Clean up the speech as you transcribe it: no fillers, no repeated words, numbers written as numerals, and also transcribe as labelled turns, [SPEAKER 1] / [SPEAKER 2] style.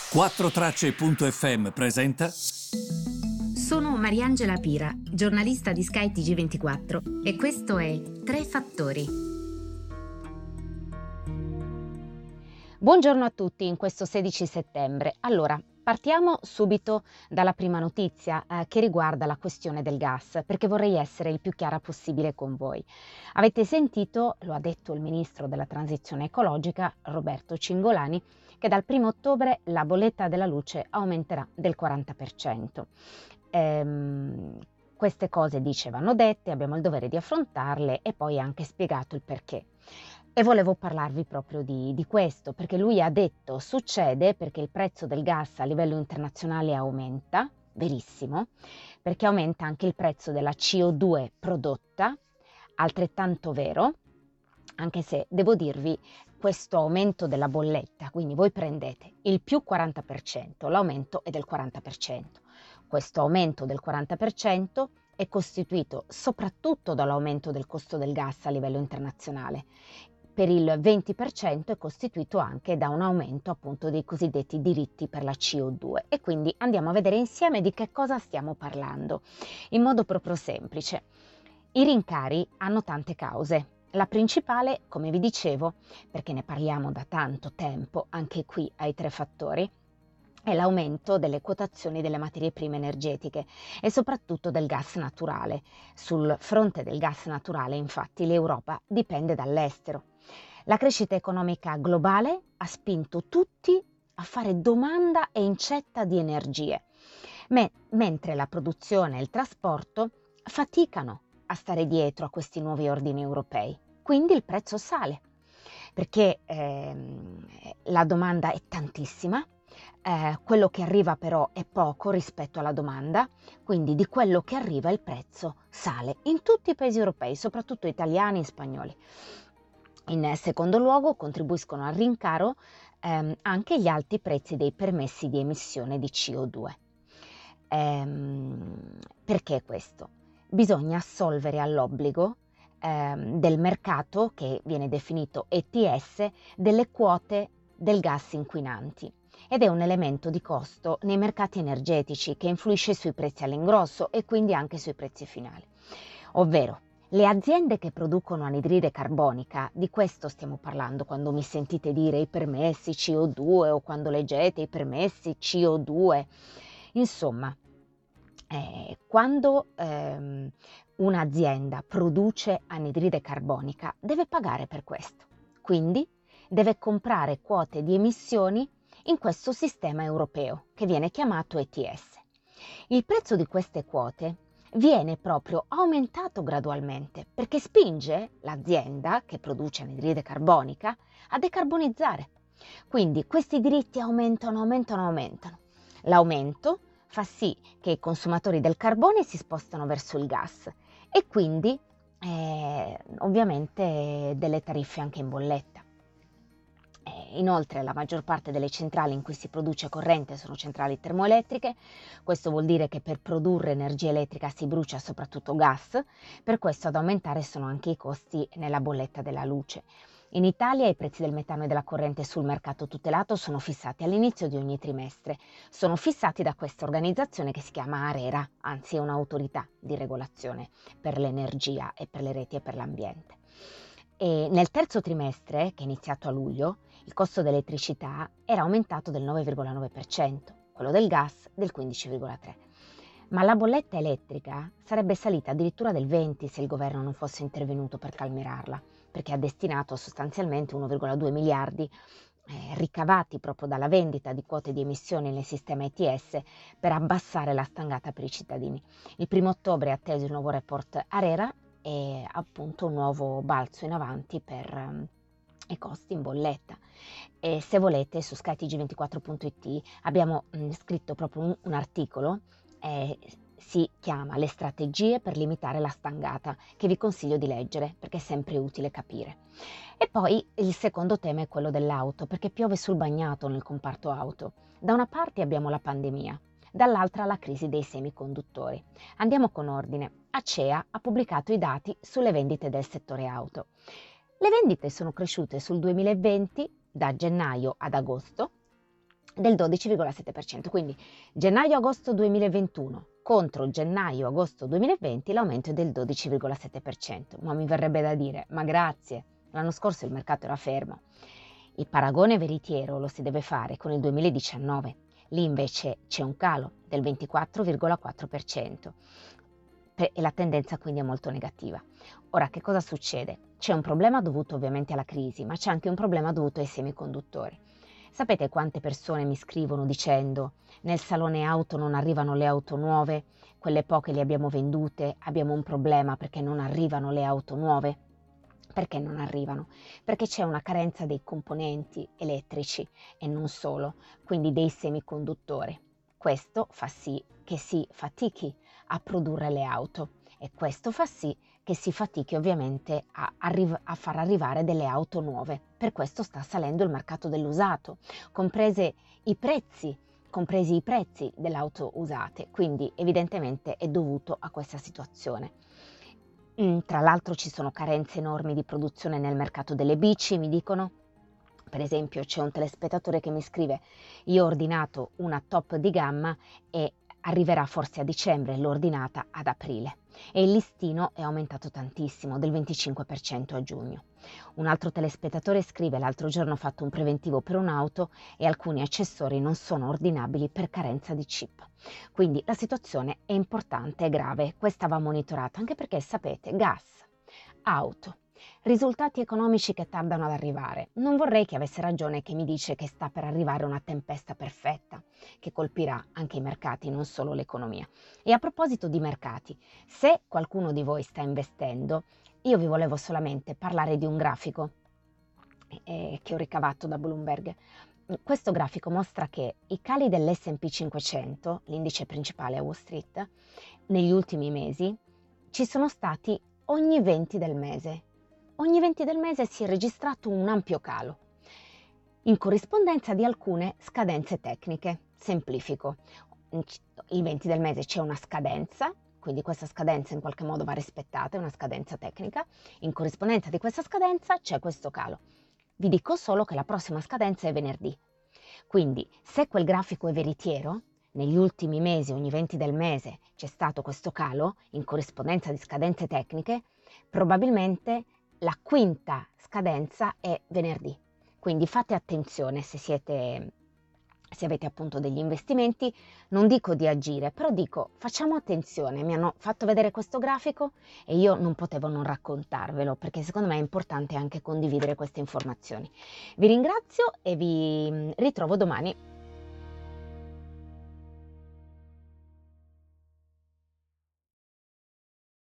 [SPEAKER 1] 4Tracce.fm presenta.
[SPEAKER 2] Sono Mariangela Pira, giornalista di Sky TG24 e questo è Tre Fattori.
[SPEAKER 3] Buongiorno a tutti in questo 16 settembre. Allora, partiamo subito dalla prima notizia che riguarda la questione del gas, perché vorrei essere il più chiara possibile con voi. Avete sentito, lo ha detto il ministro della transizione ecologica, Roberto Cingolani, che dal 1 ottobre la bolletta della luce aumenterà del 40%. Queste cose, dice, vanno dette, abbiamo il dovere di affrontarle e poi ha anche spiegato il perché. E volevo parlarvi proprio di questo, perché lui ha detto succede perché il prezzo del gas a livello internazionale aumenta, verissimo, perché aumenta anche il prezzo della CO2 prodotta, altrettanto vero, anche se devo dirvi questo aumento della bolletta, quindi voi prendete il più 40%, l'aumento è del 40%. Questo aumento del 40% è costituito soprattutto dall'aumento del costo del gas a livello internazionale. Per il 20% è costituito anche da un aumento appunto dei cosiddetti diritti per la CO2 e quindi andiamo a vedere insieme di che cosa stiamo parlando in modo proprio semplice. I rincari hanno tante cause. La principale, come vi dicevo, perché ne parliamo da tanto tempo anche qui ai Tre Fattori, è l'aumento delle quotazioni delle materie prime energetiche e soprattutto del gas naturale. Sul fronte del gas naturale, infatti, l'Europa dipende dall'estero. La crescita economica globale ha spinto tutti a fare domanda e incetta di energie, mentre la produzione e il trasporto faticano a stare dietro a questi nuovi ordini europei. Quindi il prezzo sale, perché la domanda è tantissima, quello che arriva però è poco rispetto alla domanda, quindi di quello che arriva il prezzo sale in tutti i paesi europei, soprattutto italiani e spagnoli. In secondo luogo contribuiscono al rincaro anche gli alti prezzi dei permessi di emissione di CO2. Perché questo? Bisogna assolvere all'obbligo del mercato, che viene definito ETS, delle quote del gas inquinanti ed è un elemento di costo nei mercati energetici che influisce sui prezzi all'ingrosso e quindi anche sui prezzi finali. Ovvero, le aziende che producono anidride carbonica, di questo stiamo parlando quando mi sentite dire i permessi CO2 o quando leggete i permessi CO2, insomma, quando un'azienda produce anidride carbonica deve pagare per questo, quindi deve comprare quote di emissioni in questo sistema europeo che viene chiamato ETS. Il prezzo di queste quote viene proprio aumentato gradualmente perché spinge l'azienda che produce anidride carbonica a decarbonizzare. Quindi questi diritti aumentano. L'aumento fa sì che i consumatori del carbone si spostano verso il gas e quindi ovviamente delle tariffe anche in bolletta. Inoltre la maggior parte delle centrali in cui si produce corrente sono centrali termoelettriche, questo vuol dire che per produrre energia elettrica si brucia soprattutto gas, per questo ad aumentare sono anche i costi nella bolletta della luce. In Italia i prezzi del metano e della corrente sul mercato tutelato sono fissati all'inizio di ogni trimestre, sono fissati da questa organizzazione che si chiama ARERA, anzi è un'autorità di regolazione per l'energia e per le reti e per l'ambiente. E nel terzo trimestre, che è iniziato a luglio, il costo dell'elettricità era aumentato del 9,9%, quello del gas del 15,3%. Ma la bolletta elettrica sarebbe salita addirittura del 20% se il governo non fosse intervenuto per calmierarla, perché ha destinato sostanzialmente 1,2 miliardi ricavati proprio dalla vendita di quote di emissione nel sistema ETS per abbassare la stangata per i cittadini. Il 1 ottobre è atteso il nuovo report ARERA e appunto un nuovo balzo in avanti per i costi in bolletta. E se volete su skytg24.it abbiamo scritto proprio un articolo, si chiama Le strategie per limitare la stangata, che vi consiglio di leggere perché è sempre utile capire. E poi il secondo tema è quello dell'auto, perché piove sul bagnato nel comparto auto. Da una parte abbiamo la pandemia, dall'altra la crisi dei semiconduttori. Andiamo con ordine. ACEA ha pubblicato i dati sulle vendite del settore auto. Le vendite sono cresciute sul 2020 da gennaio ad agosto del 12,7%. Quindi gennaio-agosto 2021 contro gennaio-agosto 2020 l'aumento è del 12,7%. Ma mi verrebbe da dire, ma grazie, l'anno scorso il mercato era fermo. Il paragone veritiero lo si deve fare con il 2019. Lì invece c'è un calo del 24,4% e la tendenza quindi è molto negativa. Ora, che cosa succede? C'è un problema dovuto ovviamente alla crisi, ma c'è anche un problema dovuto ai semiconduttori. Sapete quante persone mi scrivono dicendo: nel salone auto non arrivano le auto nuove, quelle poche le abbiamo vendute, abbiamo un problema perché non arrivano le auto nuove? Perché non arrivano? Perché c'è una carenza dei componenti elettrici e non solo, quindi dei semiconduttori. Questo fa sì che si fatichi a produrre le auto e questo fa sì che si fatichi ovviamente a far arrivare delle auto nuove. Per questo sta salendo il mercato dell'usato, compresi i prezzi delle auto usate, quindi evidentemente è dovuto a questa situazione. Tra l'altro ci sono carenze enormi di produzione nel mercato delle bici, mi dicono. Per esempio c'è un telespettatore che mi scrive: io ho ordinato una top di gamma e arriverà forse a dicembre, l'ho ordinata ad aprile e il listino è aumentato tantissimo, del 25% a giugno. Un altro telespettatore scrive: l'altro giorno ho fatto un preventivo per un'auto e alcuni accessori non sono ordinabili per carenza di chip. Quindi la situazione è importante e grave, questa va monitorata anche perché sapete, gas, auto, risultati economici che tardano ad arrivare. Non vorrei che avesse ragione chi mi dice che sta per arrivare una tempesta perfetta che colpirà anche i mercati, non solo l'economia. E a proposito di mercati, se qualcuno di voi sta investendo, io vi volevo solamente parlare di un grafico che ho ricavato da Bloomberg. Questo grafico mostra che i cali dell'S&P 500, l'indice principale a Wall Street, negli ultimi mesi ci sono stati ogni 20 del mese. Ogni 20 del mese si è registrato un ampio calo, in corrispondenza di alcune scadenze tecniche. Semplifico. Il 20 del mese c'è una scadenza, quindi questa scadenza in qualche modo va rispettata, è una scadenza tecnica. In corrispondenza di questa scadenza c'è questo calo. Vi dico solo che la prossima scadenza è venerdì. Quindi, se quel grafico è veritiero, negli ultimi mesi, ogni 20 del mese, c'è stato questo calo in corrispondenza di scadenze tecniche, probabilmente la quinta scadenza è venerdì. Quindi fate attenzione se avete appunto degli investimenti, non dico di agire, però dico facciamo attenzione. Mi hanno fatto vedere questo grafico e io non potevo non raccontarvelo perché secondo me è importante anche condividere queste informazioni. Vi ringrazio e vi ritrovo domani.